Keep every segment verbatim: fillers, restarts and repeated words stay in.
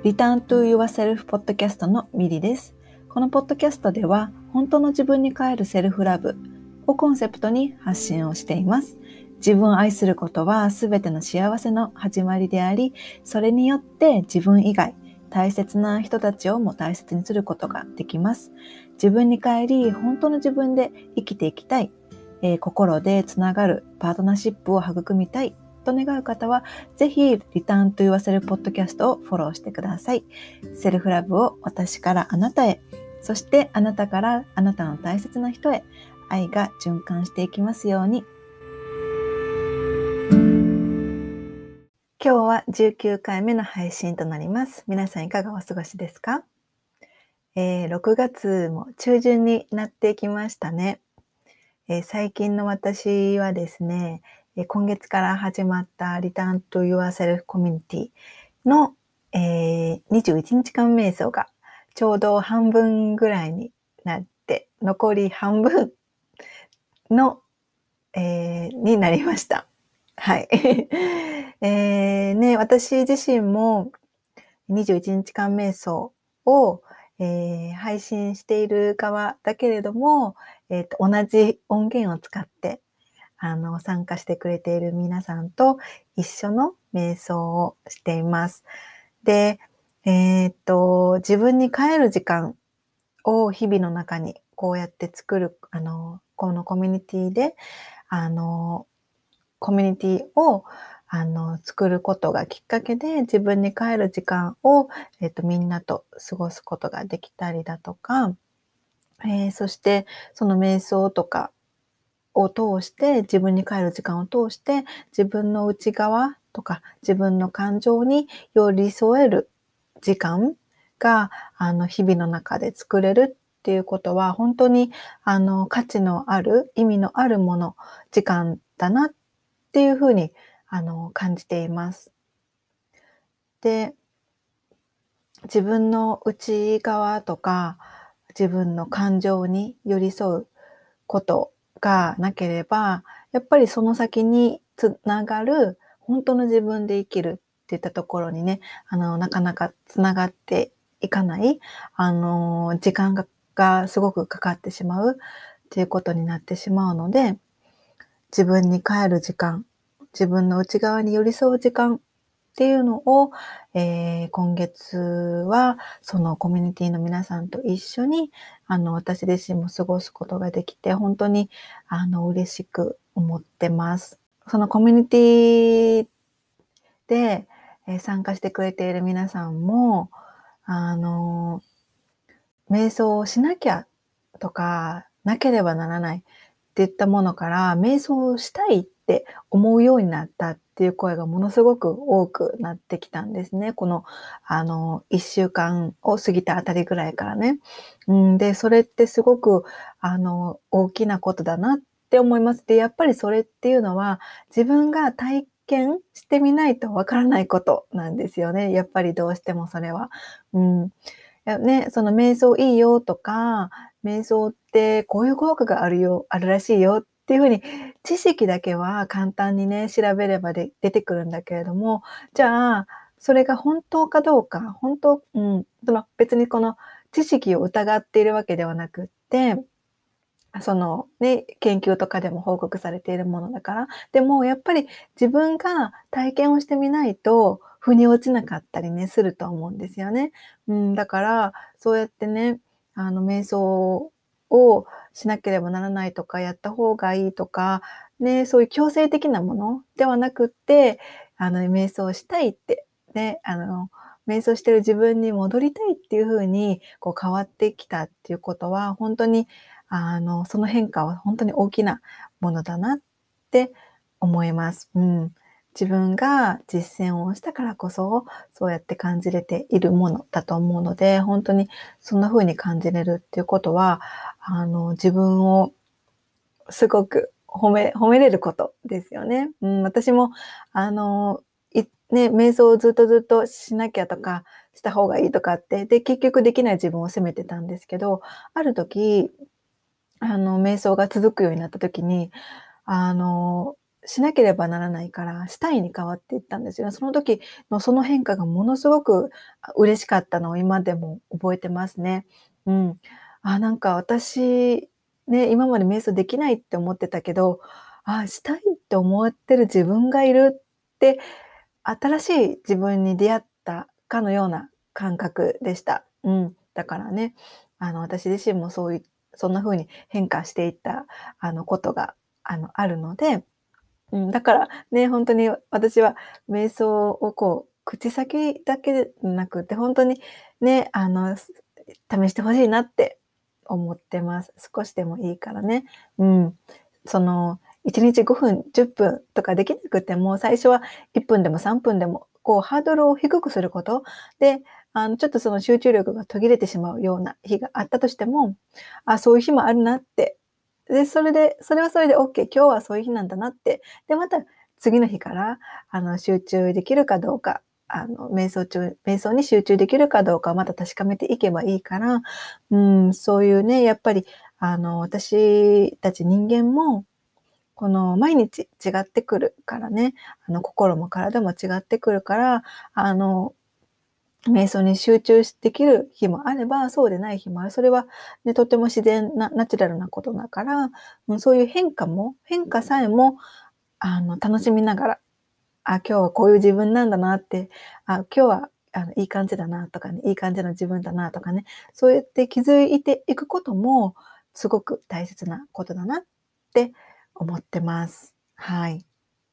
Return to Yourself ポッドキャストのミリです。このポッドキャストでは本当の自分に帰るセルフラブをコンセプトに発信をしています。自分を愛することはすべての幸せの始まりであり、それによって自分以外大切な人たちをも大切にすることができます。自分に帰り本当の自分で生きていきたい、えー、心でつながるパートナーシップを育みたいと願う方は、ぜひリターントゥユアセルフポッドキャストをフォローしてください。セルフラブを私からあなたへ、そしてあなたからあなたの大切な人へ、愛が循環していきますように。今日はじゅうきゅうかいめの配信となります。皆さんいかがお過ごしですか？えー、ろくがつも中旬になってきましたね。えー、最近の私はですね、えー、今月から始まった Return to Yourself Community の、えー、にじゅういちにちかん瞑想がちょうど半分ぐらいになって、残り半分の、えー、になりました。はい。えー、ね、私自身もにじゅういちにちかん瞑想を、えー、配信している側だけれども、えーと、同じ音源を使ってあの参加してくれている皆さんと一緒の瞑想をしています。で、えーと、自分に帰る時間を日々の中にこうやって作る、あの、このコミュニティで、あの、コミュニティをあの作ることがきっかけで自分に帰る時間を、えっと、みんなと過ごすことができたりだとか、えー、そしてその瞑想とかを通して自分に帰る時間を通して自分の内側とか自分の感情に寄り添える時間があの日々の中で作れるっていうことは本当にあの価値のある意味のあるもの時間だなっていうふうにあの感じています。で、自分の内側とか自分の感情に寄り添うことがなければ、やっぱりその先につながる本当の自分で生きるっていったところにね、あのなかなかつながっていかない、あの時間が、がすごくかかってしまうっていうことになってしまうので、自分に帰る時間、自分の内側に寄り添う時間っていうのを、えー、今月はそのコミュニティの皆さんと一緒にあの私自身も過ごすことができて本当にあの嬉しく思ってます。そのコミュニティで、えー、参加してくれている皆さんもあの瞑想をしなきゃとかなければならないっていったものから瞑想をしたいって思うようになったっていう声がものすごく多くなってきたんですね。このあのいっしゅうかんを過ぎたあたりぐらいからね。うん、でそれってすごくあの大きなことだなって思います。でやっぱりそれっていうのは自分が体験してみないとわからないことなんですよね。やっぱりどうしてもそれは。うんやね、その瞑想いいよとか、瞑想ってこういう効果があるよ、あるらしいよっていうふうに知識だけは簡単にね、調べればで出てくるんだけれども、じゃあ、それが本当かどうか、本当、うん、その別にこの知識を疑っているわけではなくって、そのね、研究とかでも報告されているものだから。でもやっぱり自分が体験をしてみないと、腑に落ちなかったりね、すると思うんですよね。うん、だから、そうやってね、あの、瞑想をしなければならないとか、やった方がいいとか、ね、そういう強制的なものではなくって、あの、瞑想したいって、ね、あの、瞑想してる自分に戻りたいっていう風に、こう変わってきたっていうことは、本当にあの、その変化は本当に大きなものだなって思います。うん。自分が実践をしたからこそ、そうやって感じれているものだと思うので、本当にそんな風に感じれるっていうことは、あの、自分をすごく褒め褒めれることですよね。うん、私もあの、いね、瞑想をずっとずっとしなきゃとか、した方がいいとかって、で、結局できない自分を責めてたんですけど、ある時あの、瞑想が続くようになった時に、あの、 しなければならないから、したいに変わっていったんですよね。その時のその変化がものすごく嬉しかったのを今でも覚えてますね。うん。あ、なんか私、ね、今まで瞑想できないって思ってたけど、あ、したいって思ってる自分がいるって、新しい自分に出会ったかのような感覚でした。うん。だからね、あの、私自身もそういうそんな風に変化していった、あの、ことが、あの、あるので、うん、だからね、ほんとに私は瞑想をこう、口先だけでなくて、ほんとにね、あの、す試して欲しいなって思ってます。少しでもいいからね。うん。その、いちにちごふん、じゅっぷんとかできなくても、最初はいっぷんでもさんぷんでも、こうハードルを低くすること。で、あの、ちょっとその集中力が途切れてしまうような日があったとしても、あ、そういう日もあるなって。で、それでそれはそれでオッケー、今日はそういう日なんだなって。で、また次の日から、あの、集中できるかどうか、あの、瞑想中瞑想に集中できるかどうかをまた確かめていけばいいから、うん、そういうね、やっぱり、あの、私たち人間も、この毎日違ってくるからね、あの、心も体も違ってくるから、あの、瞑想に集中しできる日もあれば、そうでない日もある。それはね、とても自然なナチュラルなことだから、うん、そういう変化も変化さえも、あの、楽しみながら、あ、今日はこういう自分なんだなって、あ、今日は、あの、いい感じだなとかね、いい感じの自分だなとかね、そうやって気づいていくことも、すごく大切なことだなって思ってます。はい。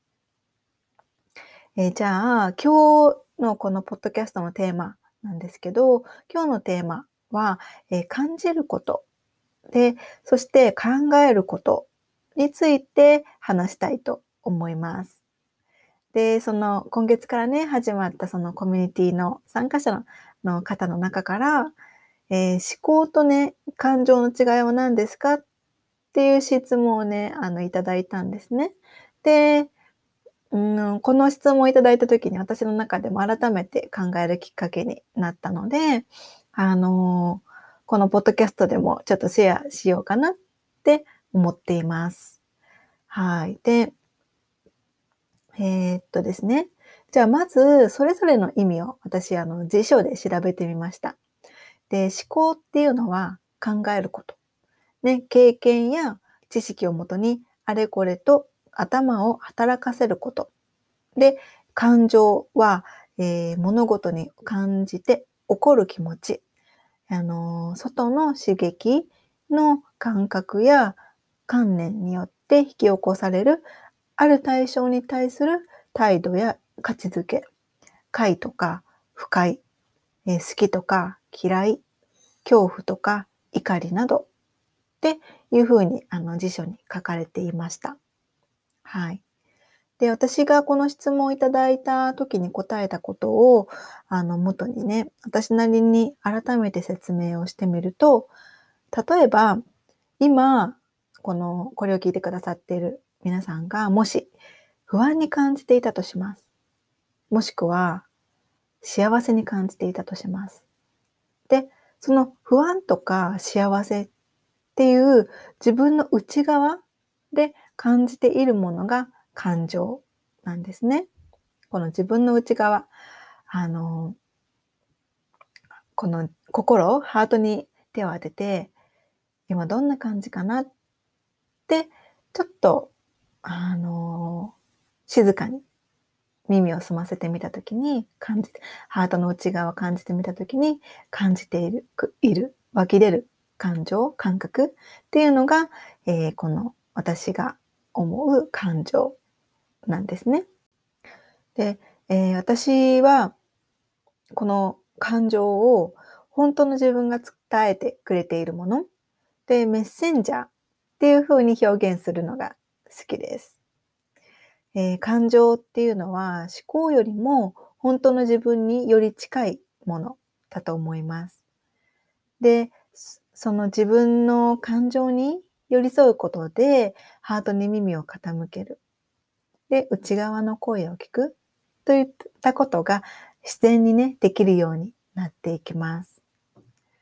えーじゃあ、今日のこのポッドキャストのテーマなんですけど、今日のテーマは、えー感じることで、そして考えることについて話したいと思います。で、その今月からね、始まったそのコミュニティの参加者のの方の中から、えー思考とね、感情の違いは何ですかっていう質問をね、あの、いただいたんですね。で、うん、この質問をいただいた時に私の中でも改めて考えるきっかけになったので、あの、このポッドキャストでもちょっとシェアしようかなって思っています。はい。で、えーっとですね。じゃあまず、それぞれの意味を私、あの、辞書で調べてみました。で、思考っていうのは考えること。ね、経験や知識をもとにあれこれと頭を働かせること。で、感情は、えー物事に感じて起こる気持ち。あのー外の刺激の感覚や観念によって引き起こされるある対象に対する態度や価値づけ、快とか不快、えー好きとか嫌い、恐怖とか怒りなどっていうふうにあの辞書に書かれていました。はい。で、私がこの質問をいただいた時に答えたことを、あの、元にね、私なりに改めて説明をしてみると、例えば、今、この、これを聞いてくださっている皆さんが、もし不安に感じていたとします。もしくは、幸せに感じていたとします。で、その不安とか幸せっていう自分の内側で感じているものが感情なんですね。この自分の内側、あの、この心、ハートに手を当てて、今どんな感じかなって、ちょっと、あの、静かに耳を澄ませてみたときに感じて、ハートの内側を感じてみたときに感じている、いる、湧き出る感情、感覚っていうのが、えーこの私が思う感情なんですね。で、えー私はこの感情を本当の自分が伝えてくれているもので、メッセンジャーっていう風に表現するのが好きです。えー感情っていうのは思考よりも本当の自分により近いものだと思います。で、そその自分の感情に寄り添うことで、ハートに耳を傾ける。で、内側の声を聞くといったことが自然にね、できるようになっていきます。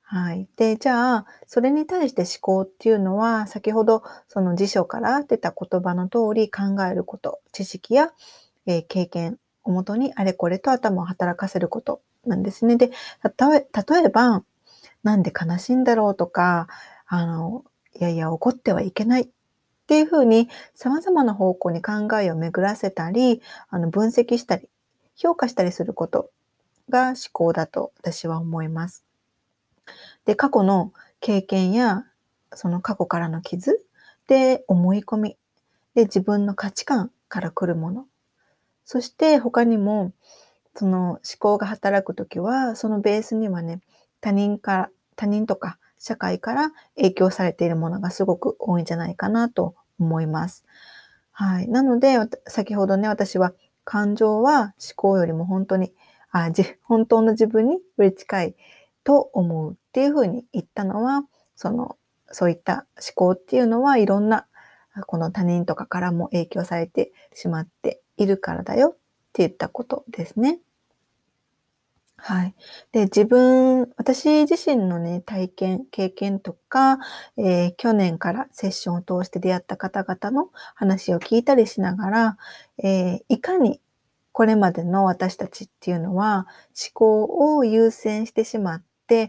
はい。で、じゃあ、それに対して思考っていうのは、先ほどその辞書から出た言葉の通り考えること、知識や、えー経験をもとにあれこれと頭を働かせることなんですね。で、たとえ例えば、なんで悲しいんだろうとか、あの、いやいや、怒ってはいけないっていうふうに、様々な方向に考えを巡らせたり、あの、分析したり、評価したりすることが思考だと私は思います。で、過去の経験や、その過去からの傷で思い込み、で、自分の価値観から来るもの、そして他にも、その思考が働くときは、そのベースにはね、他人から、他人とか社会から影響されているものがすごく多いんじゃないかなと思います。はい。なので、わた先ほどね、私は感情は思考よりも本当に、あ、じ本当の自分により近いと思うっていう風に言ったのは、その、そういった思考っていうのはいろんな、あ、この他人とかからも影響されてしまっているからだよって言ったことですね。はい。で、自分私自身のね、体験、経験とか、えー去年からセッションを通して出会った方々の話を聞いたりしながら、えーいかにこれまでの私たちっていうのは、思考を優先してしまって、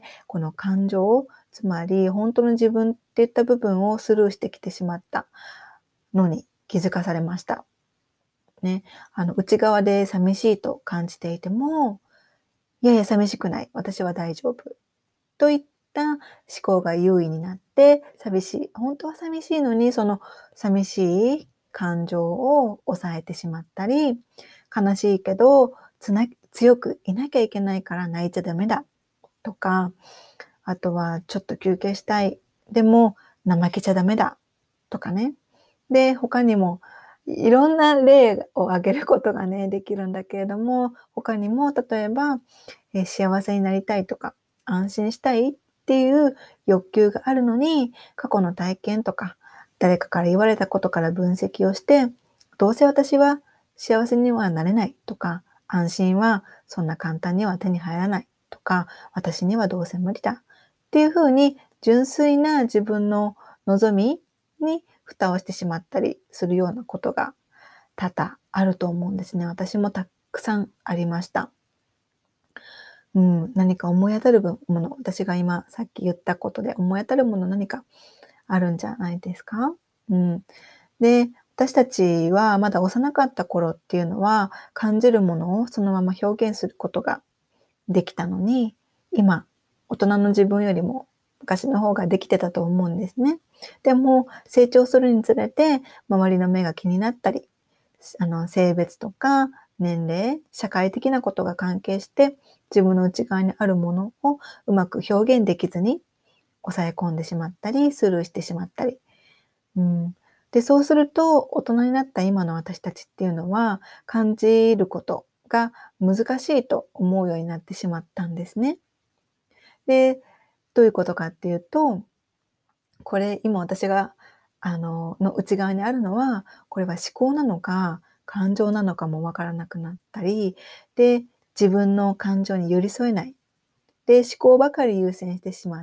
この感情、つまり本当の自分っていった部分をスルーしてきてしまったのに気づかされました。ね。あの、内側で寂しいと感じていても、いやいや、寂しくない。私は大丈夫。といった思考が優位になって、寂しい。本当は寂しいのに、その寂しい感情を抑えてしまったり、悲しいけど、つな強くいなきゃいけないから泣いちゃダメだとか、あとはちょっと休憩したい。でも怠けちゃダメだとかね。で、他にもいろんな例を挙げることがね、できるんだけれども、他にも例えば、え、幸せになりたいとか、安心したいっていう欲求があるのに、過去の体験とか、誰かから言われたことから分析をして、どうせ私は幸せにはなれないとか、安心はそんな簡単には手に入らないとか、私にはどうせ無理だっていうふうに純粋な自分の望みに蓋をしてしまったりするようなことが多々あると思うんですね。私もたくさんありました。うん、何か思い当たるもの、私が今さっき言ったことで思い当たるもの何かあるんじゃないですか？うん。で、私たちはまだ幼かった頃っていうのは、感じるものをそのまま表現することができたのに、今、大人の自分よりも昔の方ができてたと思うんですね。でも、成長するにつれて、周りの目が気になったり、あの、性別とか年齢、社会的なことが関係して、自分の内側にあるものをうまく表現できずに抑え込んでしまったり、スルーしてしまったり。うん。で、そうすると、大人になった今の私たちっていうのは、感じることが難しいと思うようになってしまったんですね。で、どういうことかっていうと、これ今私が、あの、の内側にあるのは、これは思考なのか、感情なのかもわからなくなったり、で、自分の感情に寄り添えない。で、思考ばかり優先してしまって、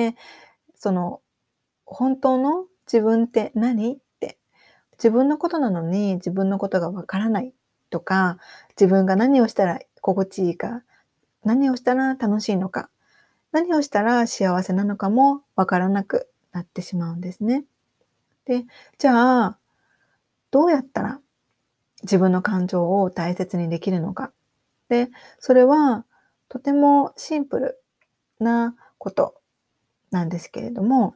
その、本当の自分って何って、自分のことなのに自分のことがわからないとか、自分が何をしたら心地いいか、何をしたら楽しいのか、何をしたら幸せなのかもわからなくなってしまうんですね。で、じゃあ、どうやったら自分の感情を大切にできるのか。で、それはとてもシンプルなことなんですけれども、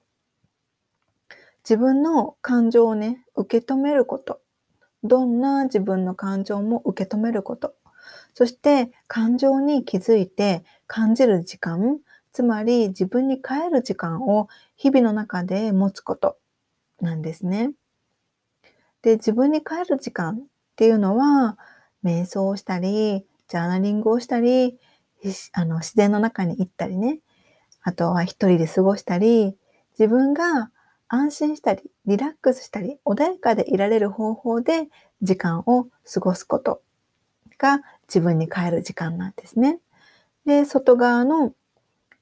自分の感情をね、受け止めること。どんな自分の感情も受け止めること。そして感情に気づいて感じる時間、つまり自分に帰る時間を日々の中で持つことなんですね。で、自分に帰る時間っていうのは、瞑想をしたり、ジャーナリングをしたり、ひあの、自然の中に行ったりね、あとは一人で過ごしたり、自分が安心したり、リラックスしたり、穏やかでいられる方法で時間を過ごすことが自分に帰る時間なんですね。で、外側の、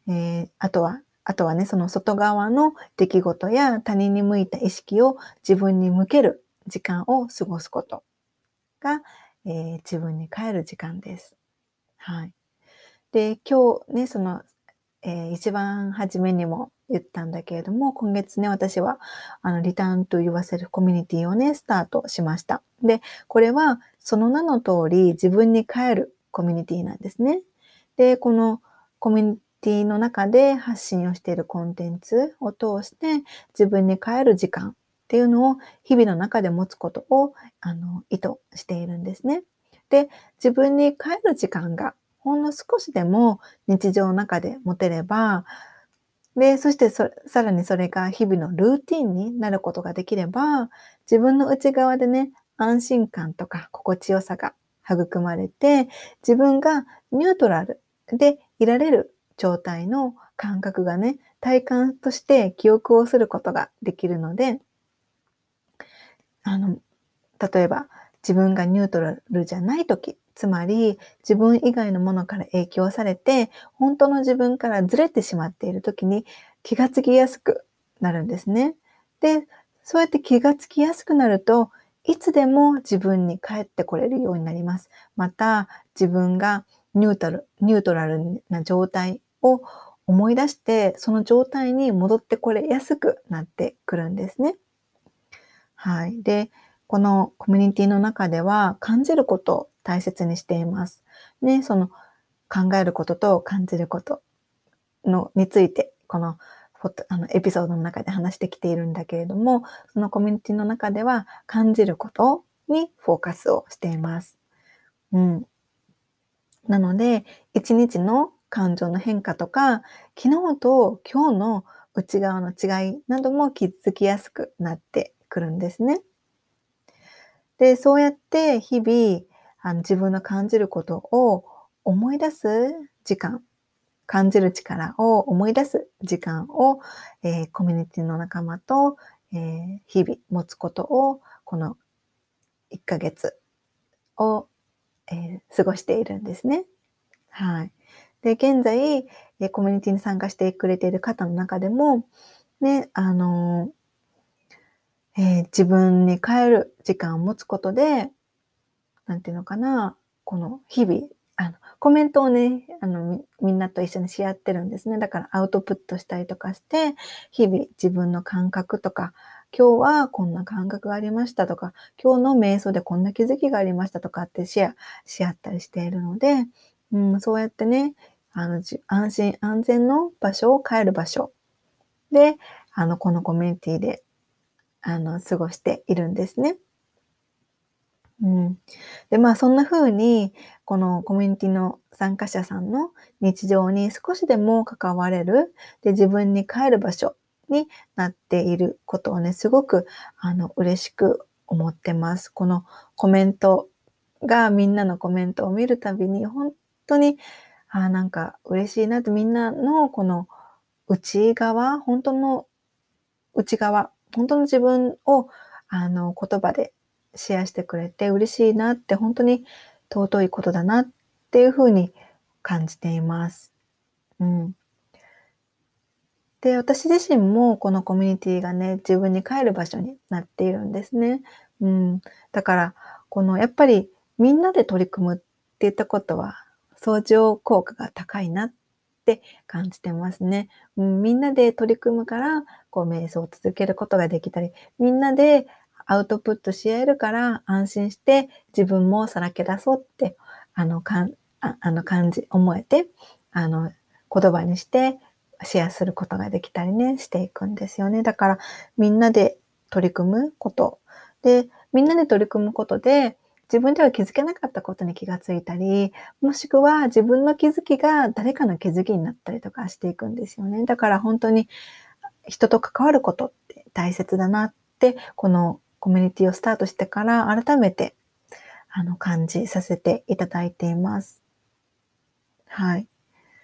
えー、あとは、あとはね、その外側の出来事や他人に向いた意識を自分に向ける時間を過ごすことが、えー、自分に帰る時間です。はい。で、今日ね、その、えー、一番初めにも言ったんだけれども、今月ね、私は、あの、リターントゥユアセルフコミュニティをね、スタートしました。で、これは、その名の通り、自分に帰るコミュニティなんですね。で、このコミュニティの中で発信をしているコンテンツを通して、自分に帰る時間っていうのを日々の中で持つことを、あの、意図しているんですね。で、自分に帰る時間がほんの少しでも日常の中で持てれば、で、そしてそさらにそれが日々のルーティンになることができれば、自分の内側でね、安心感とか心地よさが育まれて、自分がニュートラルでいられる状態の感覚がね、体感として記憶をすることができるので、あの、例えば自分がニュートラルじゃないとき、つまり自分以外のものから影響されて、本当の自分からずれてしまっているときに気がつきやすくなるんですね。で、そうやって気がつきやすくなると、いつでも自分に帰ってこれるようになります。また、自分がニュートラル、ニュートラルな状態を思い出して、その状態に戻ってこれやすくなってくるんですね。はい。で、このコミュニティの中では感じることを大切にしています。ね、その考えることと感じることのについて、このフォトあのエピソードの中で話してきているんだけれども、そのコミュニティの中では感じることにフォーカスをしています。うん。なので、一日の感情の変化とか、昨日と今日の内側の違いなども気づきやすくなってくるんですね。で、そうやって日々、あの、自分の感じることを思い出す時間、感じる力を思い出す時間を、えーコミュニティの仲間と、えー日々持つことを、このいっかげつを、えー過ごしているんですね。はい。で、現在、え、コミュニティに参加してくれている方の中でも、ね、あの、えー自分に帰る時間を持つことで、なんていうのかな、この日々、あの、コメントをね、あの、みみんなと一緒にし合ってるんですね。だからアウトプットしたりとかして、日々自分の感覚とか、今日はこんな感覚がありましたとか、今日の瞑想でこんな気づきがありましたとかってシェアし合ったりしているので、うん、そうやってね、あの、じ安心安全の場所を変える場所で、あの、このコミュニティで、あの、過ごしているんですね。うん。で、まあ、そんな風に、このコミュニティの参加者さんの日常に少しでも関われる、で、自分に帰る場所になっていることをね、すごく、あの、嬉しく思ってます。このコメントが、みんなのコメントを見るたびに、ほんとに、ああ、なんか嬉しいなって、みんなのこの内側、ほんとの内側、本当の自分を、あの、言葉でシェアしてくれて嬉しいなって、本当に尊いことだなっていう風に感じています。うん。で、私自身もこのコミュニティがね、自分に帰る場所になっているんですね。うん。だから、このやっぱりみんなで取り組むって言ったことは、相乗効果が高いなって感じてますね。うん、みんなで取り組むから、こう瞑想を続けることができたり、みんなでアウトプットし合えるから安心して自分もさらけ出そうって、あの、かんああの感じ、思えて、あの、言葉にしてシェアすることができたりね、していくんですよね。だからみんなで取り組むこと。で、みんなで取り組むことで、自分では気づけなかったことに気がついたり、もしくは自分の気づきが誰かの気づきになったりとかしていくんですよね。だから本当に人と関わることって大切だなって、このコミュニティをスタートしてから改めてあの感じさせていただいています。はい。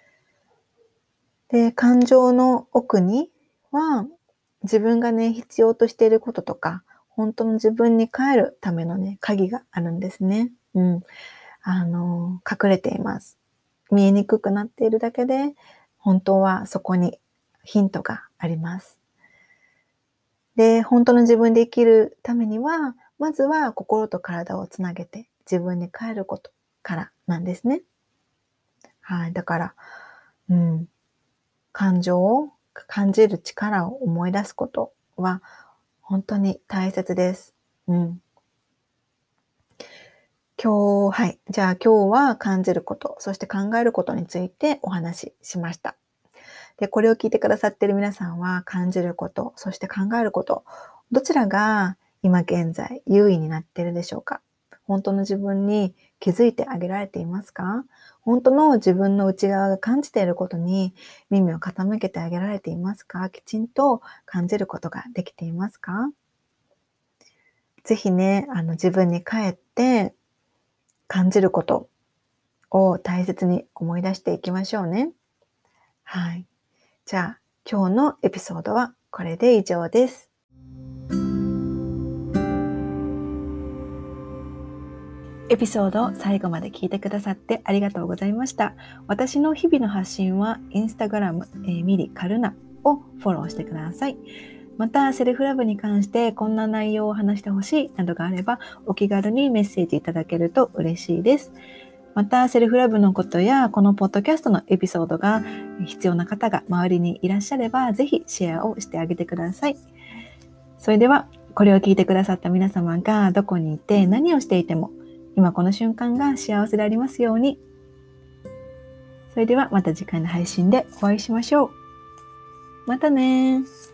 で、感情の奥には、自分がね、必要としていることとか、本当の自分に帰るためのね、鍵があるんですね。うん。あの、隠れています。見えにくくなっているだけで、 本当はそこにヒントがあります。で、本当の自分で生きるためには、まずは心と体をつなげて自分に帰ることからなんですね。はい。だから、うん、感情を感じる力を思い出すことは本当に大切です。うん。今日、はい。じゃあ今日は感じること、そして考えることについてお話ししました。で、これを聞いてくださっている皆さんは感じること、そして考えること、どちらが今現在優位になっているでしょうか？本当の自分に気づいてあげられていますか？本当の自分の内側が感じていることに耳を傾けてあげられていますか？きちんと感じることができていますか？ぜひね、あの自分に帰って感じることを大切に思い出していきましょうね。はい。じゃあ、今日のエピソードはこれで以上です。エピソードを最後まで聞いてくださってありがとうございました。私の日々の発信はインスタグラム、えー、ミリカルナをフォローしてください。また、セルフラブに関してこんな内容を話してほしいなどがあれば、お気軽にメッセージいただけると嬉しいです。また、セルフラブのことやこのポッドキャストのエピソードが必要な方が周りにいらっしゃれば、ぜひシェアをしてあげてください。それでは、これを聞いてくださった皆様がどこにいて何をしていても、今この瞬間が幸せでありますように。それではまた次回の配信でお会いしましょう。またね。